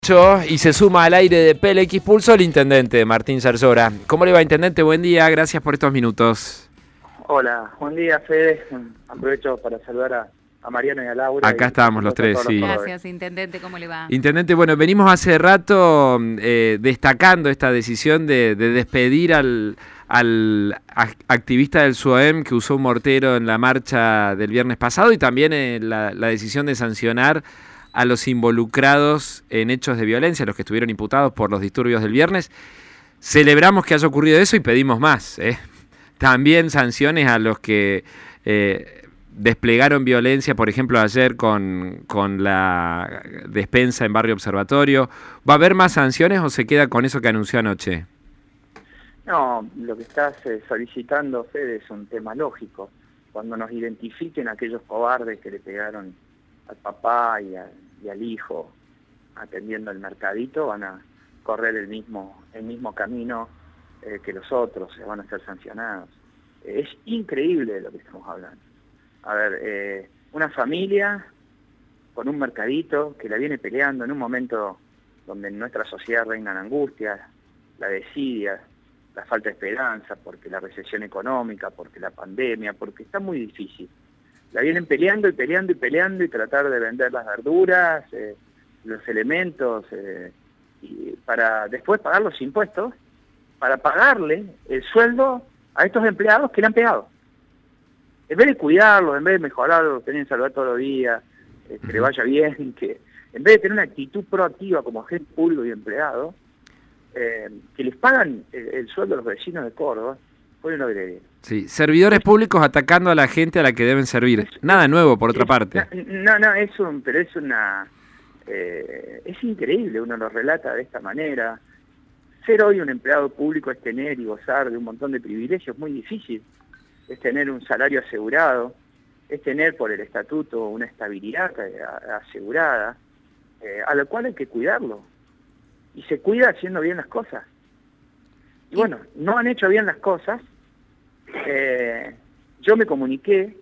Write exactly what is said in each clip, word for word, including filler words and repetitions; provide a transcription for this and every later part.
Y se suma al aire de P L X Pulso el intendente Martín Zarzora. ¿Cómo le va, intendente? Buen día, gracias por estos minutos. Hola, buen día, Fede. Aprovecho para saludar a, a Mariano y a Laura. Acá y, estamos los tres, los sí. Gracias, intendente, ¿cómo le va? Intendente, bueno, venimos hace rato eh, destacando esta decisión de, de despedir al, al activista del S U A E M que usó un mortero en la marcha del viernes pasado y también eh, la, la decisión de sancionar a los involucrados en hechos de violencia, los que estuvieron imputados por los disturbios del viernes. Celebramos que haya ocurrido eso y pedimos más, ¿eh? También sanciones a los que eh, desplegaron violencia, por ejemplo, ayer con, con la despensa en Barrio Observatorio. ¿Va a haber más sanciones o se queda con eso que anunció anoche? No, lo que estás eh, solicitando, Fede, es un tema lógico. Cuando nos identifiquen aquellos cobardes que le pegaron al papá y, a, y al hijo atendiendo el mercadito, van a correr el mismo el mismo camino eh, que los otros, se van a ser sancionados. Eh, es increíble de lo que estamos hablando. A ver, eh, una familia con un mercadito que la viene peleando en un momento donde en nuestra sociedad reinan angustias, la desidia, la falta de esperanza, porque la recesión económica, porque la pandemia, porque está muy difícil. La vienen peleando y peleando y peleando y tratar de vender las verduras, eh, los elementos, eh, y para después pagar los impuestos, para pagarle el sueldo a estos empleados que le han pegado. En vez de cuidarlos, en vez de mejorarlos, tener salud todos los días, eh, que le vaya bien, que en vez de tener una actitud proactiva como agente público y empleado, eh, que les pagan el, el sueldo a los vecinos de Córdoba, fue una heredero. Sí, servidores públicos atacando a la gente a la que deben servir. Nada nuevo, por otra es, parte. No, no, es un, pero es una... Eh, es increíble, uno lo relata de esta manera. Ser hoy un empleado público es tener y gozar de un montón de privilegios muy difícil. Es tener un salario asegurado, es tener por el estatuto una estabilidad asegurada, eh, a lo cual hay que cuidarlo. Y se cuida haciendo bien las cosas. Y bueno, no han hecho bien las cosas. Eh, yo me comuniqué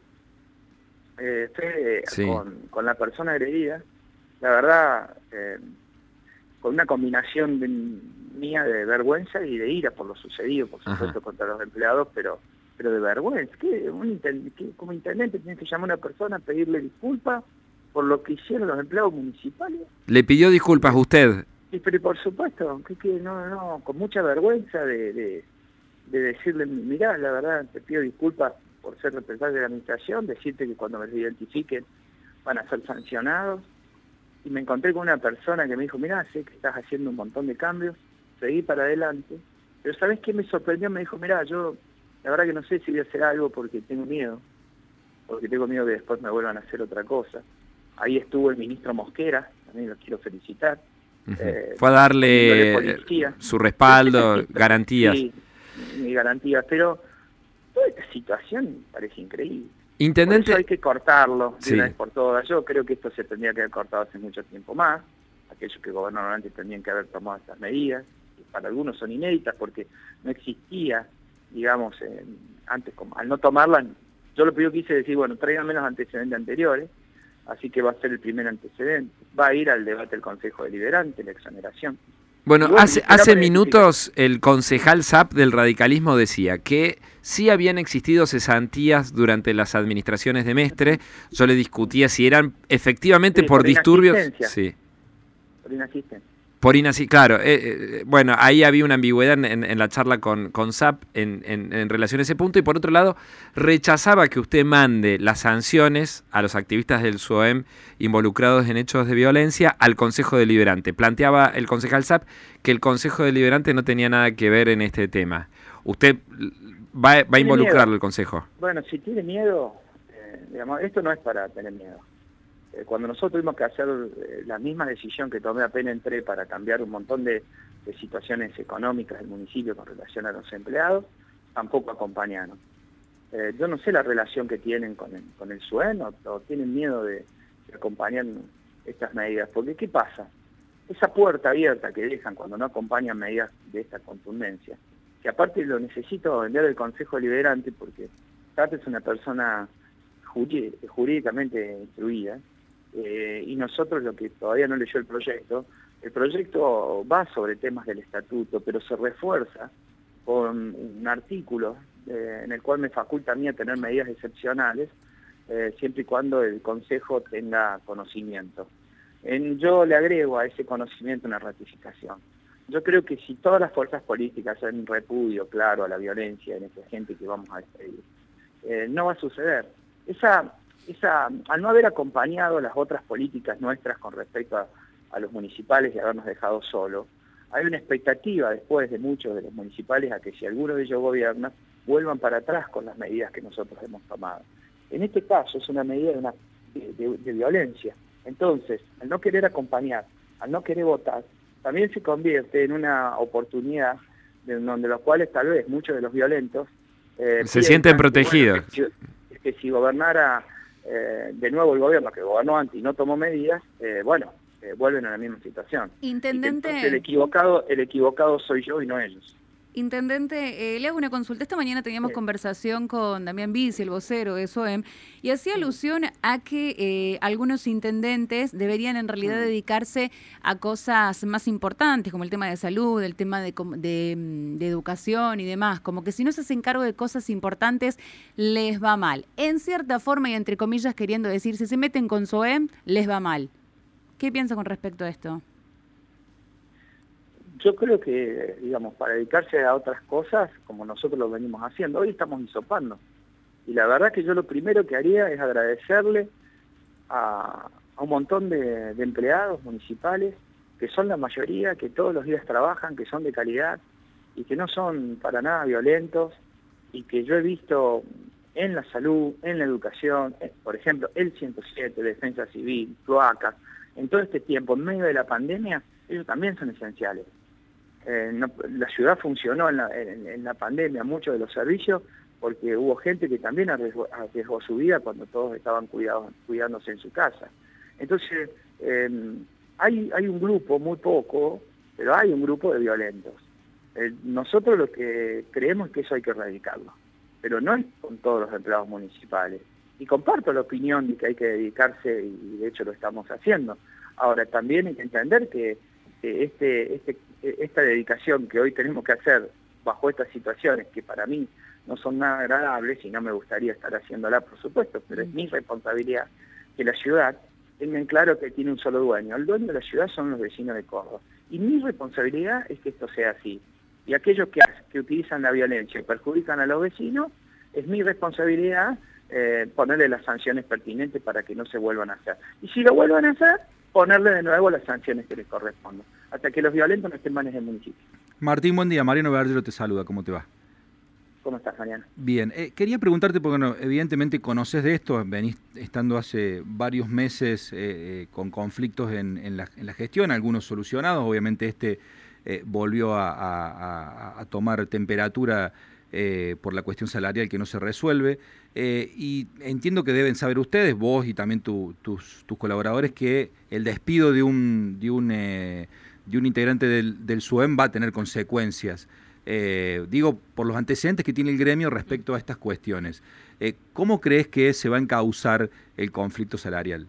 eh, Fede, sí. con, con la persona agredida, la verdad, eh, con una combinación de, mía de vergüenza y de ira por lo sucedido, por supuesto, Ajá. contra los empleados, pero pero de vergüenza. ¿Qué? Un intendente, ¿qué? Como intendente tienes que llamar a una persona a pedirle disculpas por lo que hicieron los empleados municipales. ¿Le pidió disculpas usted? Sí, pero por supuesto, que, que no, no, con mucha vergüenza de, de, de decirle, mirá, la verdad, te pido disculpas por ser representante de la administración, decirte que cuando me lo identifiquen van a ser sancionados. Y me encontré con una persona que me dijo, mirá, sé que estás haciendo un montón de cambios, seguí para adelante. Pero ¿sabés qué me sorprendió? Me dijo, mirá, yo la verdad que no sé si voy a hacer algo porque tengo miedo, porque tengo miedo que después me vuelvan a hacer otra cosa. Ahí estuvo el ministro Mosquera, también los quiero felicitar. Uh-huh. eh, Fue a darle su respaldo, garantías. Sí, mi garantías, pero toda esta situación parece increíble. Intendente... Por eso hay que cortarlo de sí. una vez por todas. Yo creo que esto se tendría que haber cortado hace mucho tiempo más. Aquellos que gobernaron antes tendrían que haber tomado estas medidas. Para algunos son inéditas porque no existía, digamos, eh, antes, como, al no tomarlas, yo lo primero que hice es decir, bueno, tráiganme los antecedentes anteriores, así que va a ser el primer antecedente. Va a ir al debate del Consejo Deliberante, la exoneración. Bueno, bueno, hace, hace minutos el concejal S A P del radicalismo decía que sí habían existido cesantías durante las administraciones de Mestre. Yo le discutía si eran efectivamente sí, por, por disturbios. Sí. Por inasistencia. Por inasistencia, claro. Eh, eh, bueno, ahí había una ambigüedad en, en la charla con, con S A P en, en, en relación a ese punto. Y por otro lado, rechazaba que usted mande las sanciones a los activistas del S U A E M involucrados en hechos de violencia al Consejo Deliberante. Planteaba el concejal S A P que el Consejo Deliberante no tenía nada que ver en este tema. ¿Usted va, va a involucrarlo el Consejo? Bueno, si tiene miedo, eh, digamos, esto no es para tener miedo. Cuando nosotros tuvimos que hacer la misma decisión que tomé apenas entré para cambiar un montón de, de situaciones económicas del municipio con relación a los empleados, tampoco acompañaron. Eh, yo no sé la relación que tienen con el, con el S U E M o, o tienen miedo de, de acompañar estas medidas, porque ¿qué pasa? Esa puerta abierta que dejan cuando no acompañan medidas de esta contundencia, que aparte lo necesito enviar al Consejo Deliberante porque Tati es una persona jurídicamente instruida, Eh, y nosotros, lo que todavía no leyó el proyecto, El proyecto va sobre temas del estatuto, pero se refuerza con un artículo eh, en el cual me faculta a mí a tener medidas excepcionales, eh, siempre y cuando el Consejo tenga conocimiento. En, yo le agrego a ese conocimiento una ratificación. Yo creo que si todas las fuerzas políticas hacen un repudio claro a la violencia en esta gente que vamos a despedir, eh, no va a suceder. Esa, esa, al no haber acompañado las otras políticas nuestras con respecto a, a los municipales y habernos dejado solos, hay una expectativa después de muchos de los municipales a que si alguno de ellos gobierna, vuelvan para atrás con las medidas que nosotros hemos tomado. En este caso es una medida de, una, de, de, de violencia. Entonces, al no querer acompañar, al no querer votar, también se convierte en una oportunidad de donde los cuales tal vez muchos de los violentos eh, se sienten protegidos. Que, bueno, que, que, que si gobernara eh, de nuevo el gobierno que gobernó antes y no tomó medidas, eh, bueno, eh, vuelven a la misma situación. Intendente, el equivocado, el equivocado soy yo y no ellos. Intendente, eh, le hago una consulta. Esta mañana teníamos sí. conversación con Damián Bici, el vocero de S O E M, y hacía alusión a que eh, algunos intendentes deberían en realidad sí. dedicarse a cosas más importantes, como el tema de salud, el tema de, de, de educación y demás, como que si no se hacen cargo de cosas importantes, les va mal. En cierta forma y entre comillas queriendo decir, si se meten con S O E M, les va mal. ¿Qué piensa con respecto a esto? Yo creo que, digamos, para dedicarse a otras cosas, como nosotros lo venimos haciendo, hoy estamos hisopando. Y la verdad que yo lo primero que haría es agradecerle a, a un montón de, de empleados municipales, que son la mayoría, que todos los días trabajan, que son de calidad y que no son para nada violentos, y que yo he visto en la salud, en la educación, por ejemplo, el ciento siete, Defensa Civil, cloacas, en todo este tiempo, en medio de la pandemia, ellos también son esenciales. Eh, no, la ciudad funcionó en la, en, en la pandemia, muchos de los servicios, porque hubo gente que también arriesgó, arriesgó su vida cuando todos estaban cuidados, cuidándose en su casa. Entonces, eh, hay, hay un grupo, muy poco, pero hay un grupo de violentos. Eh, nosotros lo que creemos es que eso hay que erradicarlo, pero no es con todos los empleados municipales. Y comparto la opinión de que hay que dedicarse, y de hecho lo estamos haciendo. Ahora, también hay que entender que Este, este, esta dedicación que hoy tenemos que hacer bajo estas situaciones, que para mí no son nada agradables y no me gustaría estar haciéndola, por supuesto, pero es mi responsabilidad que la ciudad tenga en claro que tiene un solo dueño. El dueño de la ciudad son los vecinos de Córdoba. Y mi responsabilidad es que esto sea así. Y aquellos que, que utilizan la violencia y perjudican a los vecinos, es mi responsabilidad eh, ponerle las sanciones pertinentes para que no se vuelvan a hacer. Y si lo vuelvan a hacer, ponerle de nuevo las sanciones que les correspondan, hasta que los violentos no estén más en el municipio. Martín, buen día. Mariano Bergero te saluda. ¿Cómo te va? ¿Cómo estás, Mariano? Bien. Eh, quería preguntarte, porque bueno, evidentemente conoces de esto, venís estando hace varios meses eh, con conflictos en, en, la, en la gestión, algunos solucionados. Obviamente este eh, volvió a, a, a tomar temperatura eh, por la cuestión salarial que no se resuelve. Eh, y entiendo que deben saber ustedes, vos y también tu, tus, tus colaboradores, que el despido de un, de un, eh, de un integrante del, del S O E M va a tener consecuencias. Eh, digo, por los antecedentes que tiene el gremio respecto a estas cuestiones. Eh, ¿Cómo crees que se va a encauzar el conflicto salarial?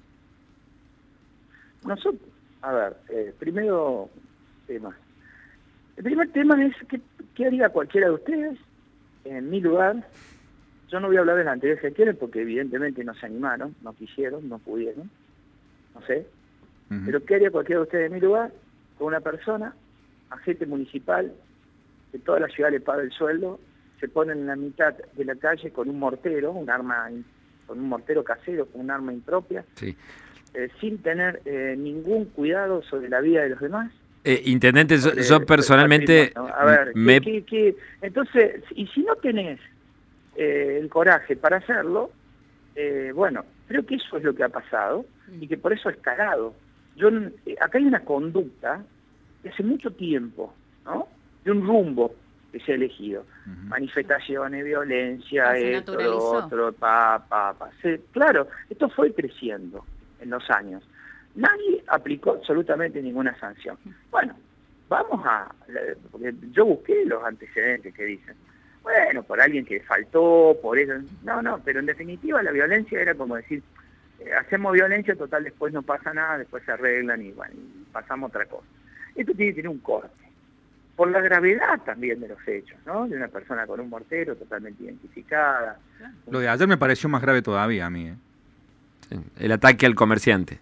Nosotros, a ver, eh, primero tema. El primer tema es ¿qué, qué haría cualquiera de ustedes en mi lugar? Yo no voy a hablar de la anterior gestión porque evidentemente no se animaron, no quisieron, no pudieron, no sé. Uh-huh. Pero ¿qué haría cualquiera de ustedes en mi lugar con una persona, agente municipal, que toda la ciudad le paga el sueldo, se ponen en la mitad de la calle con un mortero, un arma, con un mortero casero, con un arma impropia, sí. eh, sin tener eh, ningún cuidado sobre la vida de los demás? Eh, intendente, yo, yo personalmente... A ver, me... ¿qué, qué, qué? Entonces, y si no tenés eh, el coraje para hacerlo, eh, bueno, creo que eso es lo que ha pasado y que por eso ha escalado. Yo, eh, acá hay una conducta de hace mucho tiempo, ¿no? De un rumbo que se ha elegido. Uh-huh. Manifestaciones, violencia, esto, lo otro, pa, pa, pa. Se, claro, esto fue creciendo en los años. Nadie aplicó absolutamente ninguna sanción. Bueno, vamos a... Porque yo busqué los antecedentes que dicen. Bueno, por alguien que faltó, por eso... No, no, pero en definitiva la violencia era como decir, eh, hacemos violencia, total, después no pasa nada, después se arreglan y bueno, y pasamos otra cosa. Esto tiene que tener un corte. Por la gravedad también de los hechos, ¿no? De una persona con un mortero totalmente identificada. Lo de ayer me pareció más grave todavía a mí, ¿eh? Sí, el ataque al comerciante.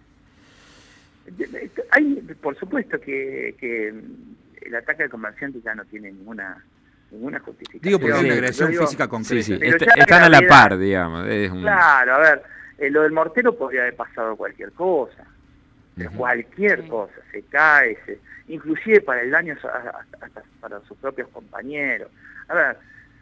Hay, por supuesto que, que el ataque al comerciante ya no tiene ninguna ninguna justificación. Digo, porque es una Sí. agresión Digo, física concreta. Sí, sí, Pero est- ya la están a la gravedad- par, digamos. Es un... Claro, a ver, eh, lo del mortero podría haber pasado cualquier cosa. Ujú. Cualquier Sí. cosa, se cae, se, inclusive para el daño hasta, hasta para sus propios compañeros. A ver,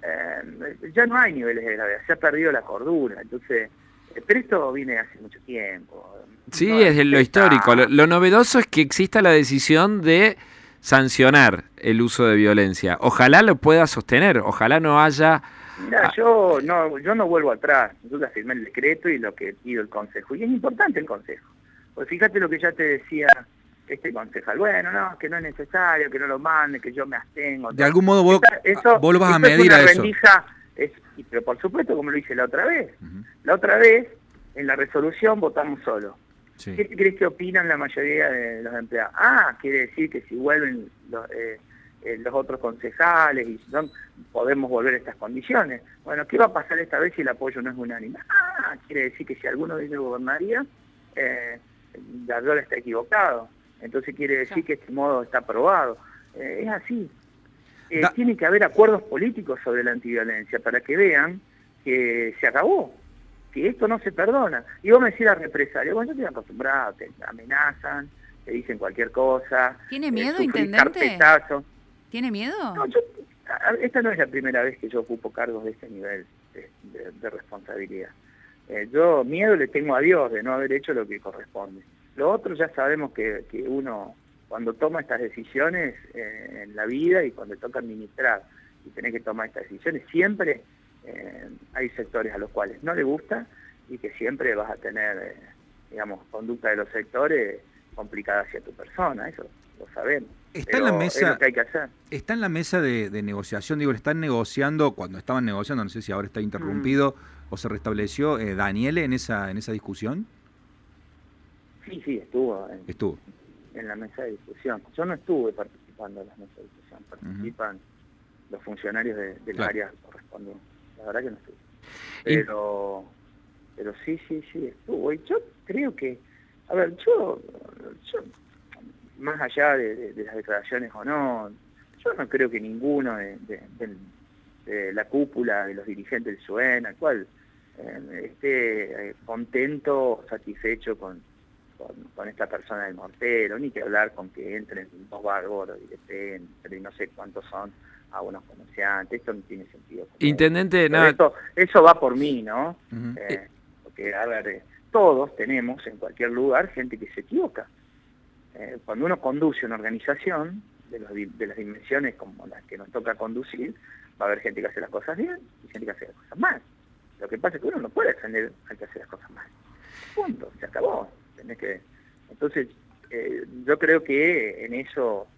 eh, ya no hay niveles de gravedad, se ha perdido la cordura, entonces, eh, pero esto viene hace mucho tiempo. Sí, No, es de lo está- histórico. Lo, lo novedoso es que exista la decisión de sancionar el uso de violencia. Ojalá lo pueda sostener, ojalá no haya... Mira, yo no, yo no vuelvo atrás, yo ya firmé el decreto y lo que pido el Consejo, y es importante el Consejo, porque fíjate lo que ya te decía este concejal, bueno, no, que no es necesario, que no lo mande, que yo me abstengo. De algún modo vos, Esta- eso- vos lo vas a esto es medir una a eso. rendija, es, y- pero por supuesto como lo hice la otra vez, Ujú. la otra vez en la resolución votamos solo. Sí. ¿Qué crees que opinan la mayoría de los empleados? Ah, quiere decir que si vuelven los, eh, eh, los otros concejales y si son, podemos volver a estas condiciones. Bueno, ¿qué va a pasar esta vez si el apoyo no es unánime? Ah, quiere decir que si alguno de ellos gobernaría, eh, Gardola está equivocado. Entonces quiere decir que este modo está aprobado. Eh, es así. Eh, Da- tiene que haber acuerdos políticos sobre la antiviolencia para que vean que se acabó, que esto no se perdona. Y vos me decís la represalia, bueno, yo estoy acostumbrado, te amenazan, te dicen cualquier cosa. ¿Tiene eh, miedo, sufrís intendente? carpetazo. ¿Tiene miedo? No, yo, a- esta no es la primera vez que yo ocupo cargos de este nivel de, de- de responsabilidad. Eh, yo miedo le tengo a Dios de no haber hecho lo que corresponde. Lo otro ya sabemos que, que uno cuando toma estas decisiones eh, en la vida y cuando toca administrar y tenés que tomar estas decisiones, siempre eh, hay sectores a los cuales no le gusta y que siempre vas a tener, eh, digamos, conducta de los sectores complicada hacia tu persona, eso lo sabemos. Está en la Pero mesa- es lo que hay que hacer. Está en la mesa de, de negociación, digo, le están negociando, cuando estaban negociando, no sé si ahora está interrumpido Mm. o se restableció, eh, Daniele en esa, en esa discusión. Sí, sí, estuvo en, Estuvo. en la mesa de discusión. Yo no estuve participando en las mesas de discusión, participan los funcionarios de, del Claro. área correspondiente. La verdad que no estuve. Y- Pero, pero sí, sí, sí, estuvo. Y yo creo que, a ver, yo, yo más allá de, de- de las declaraciones o no, yo no creo que ninguno de, de- del- de la cúpula, de los dirigentes del S U E N, al cual eh, esté eh, contento, satisfecho con, con, con esta persona del mortero, ni que hablar con que entren dos bárbaros y le peguen, pero y no sé cuántos son a unos comerciantes, esto no tiene sentido. Intendente, Pero no, esto, eso va por mí, ¿no? Ujú. Eh, porque, a ver, eh, todos tenemos en cualquier lugar gente que se equivoca. Eh, cuando uno conduce una organización de, los di- de las dimensiones como las que nos toca conducir, va a haber gente que hace las cosas bien y gente que hace las cosas mal. Lo que pasa es que uno no puede defender al que hace las cosas mal. Punto, se acabó. Tenés que... Entonces, eh, yo creo que en eso,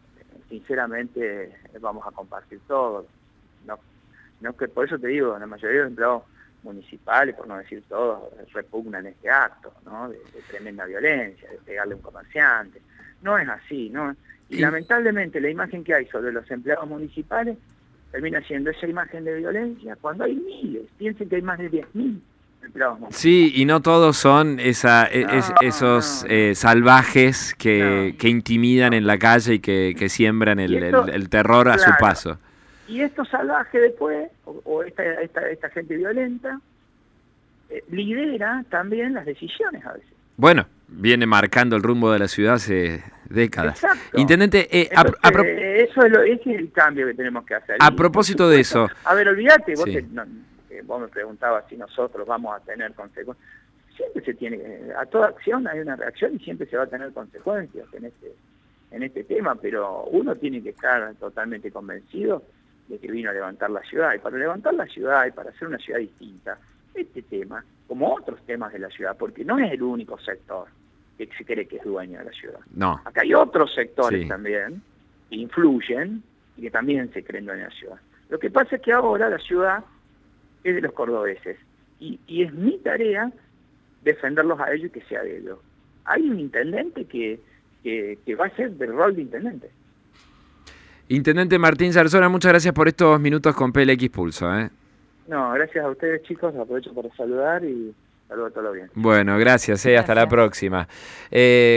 sinceramente, vamos a compartir todo. No, no que por eso te digo, la mayoría de los empleados municipales, por no decir todos, repugnan este acto, ¿no? De, de tremenda violencia, de pegarle a un comerciante. No es así, ¿no? Y, Y- lamentablemente la imagen que hay sobre los empleados municipales termina siendo esa imagen de violencia cuando hay miles. Piensen que hay más de diez mil empleados municipales. sí, y no todos son esa, e- No, es- esos no, no. eh, salvajes que, No. que intimidan en la calle y que, que siembran el, Y esto- el- el terror a su claro. paso. Y estos salvajes después, o, o esta, esta, esta gente violenta, eh, lidera también las decisiones a veces. Bueno, viene marcando el rumbo de la ciudad hace décadas. Exacto. Intendente, eh, a, Entonces, a pro- eso es lo, ese es el cambio que tenemos que hacer. A Y, propósito por de supuesto, eso. A ver, olvídate, vos, Sí. te- no, eh, vos me preguntabas si nosotros vamos a tener consecuencias. Siempre se tiene, eh, a toda acción hay una reacción y siempre se va a tener consecuencias en este, en este tema, pero uno tiene que estar totalmente convencido de que vino a levantar la ciudad. Y para levantar la ciudad y para hacer una ciudad distinta, este tema, como otros temas de la ciudad, porque no es el único sector que se cree que es dueño de la ciudad. no, Acá hay otros sectores Sí. también que influyen y que también se creen dueños de la ciudad. Lo que pasa es que ahora la ciudad es de los cordobeses y, y es mi tarea defenderlos a ellos y que sea de ellos. Hay un intendente que, que, que va a ser del rol de intendente. Intendente Martín Zarzona, muchas gracias por estos minutos con P L X Pulso. ¿eh? No, gracias a ustedes, chicos, aprovecho para saludar y saludo a todos los bien. Bueno, gracias, eh, hasta Gracias. la próxima. Eh,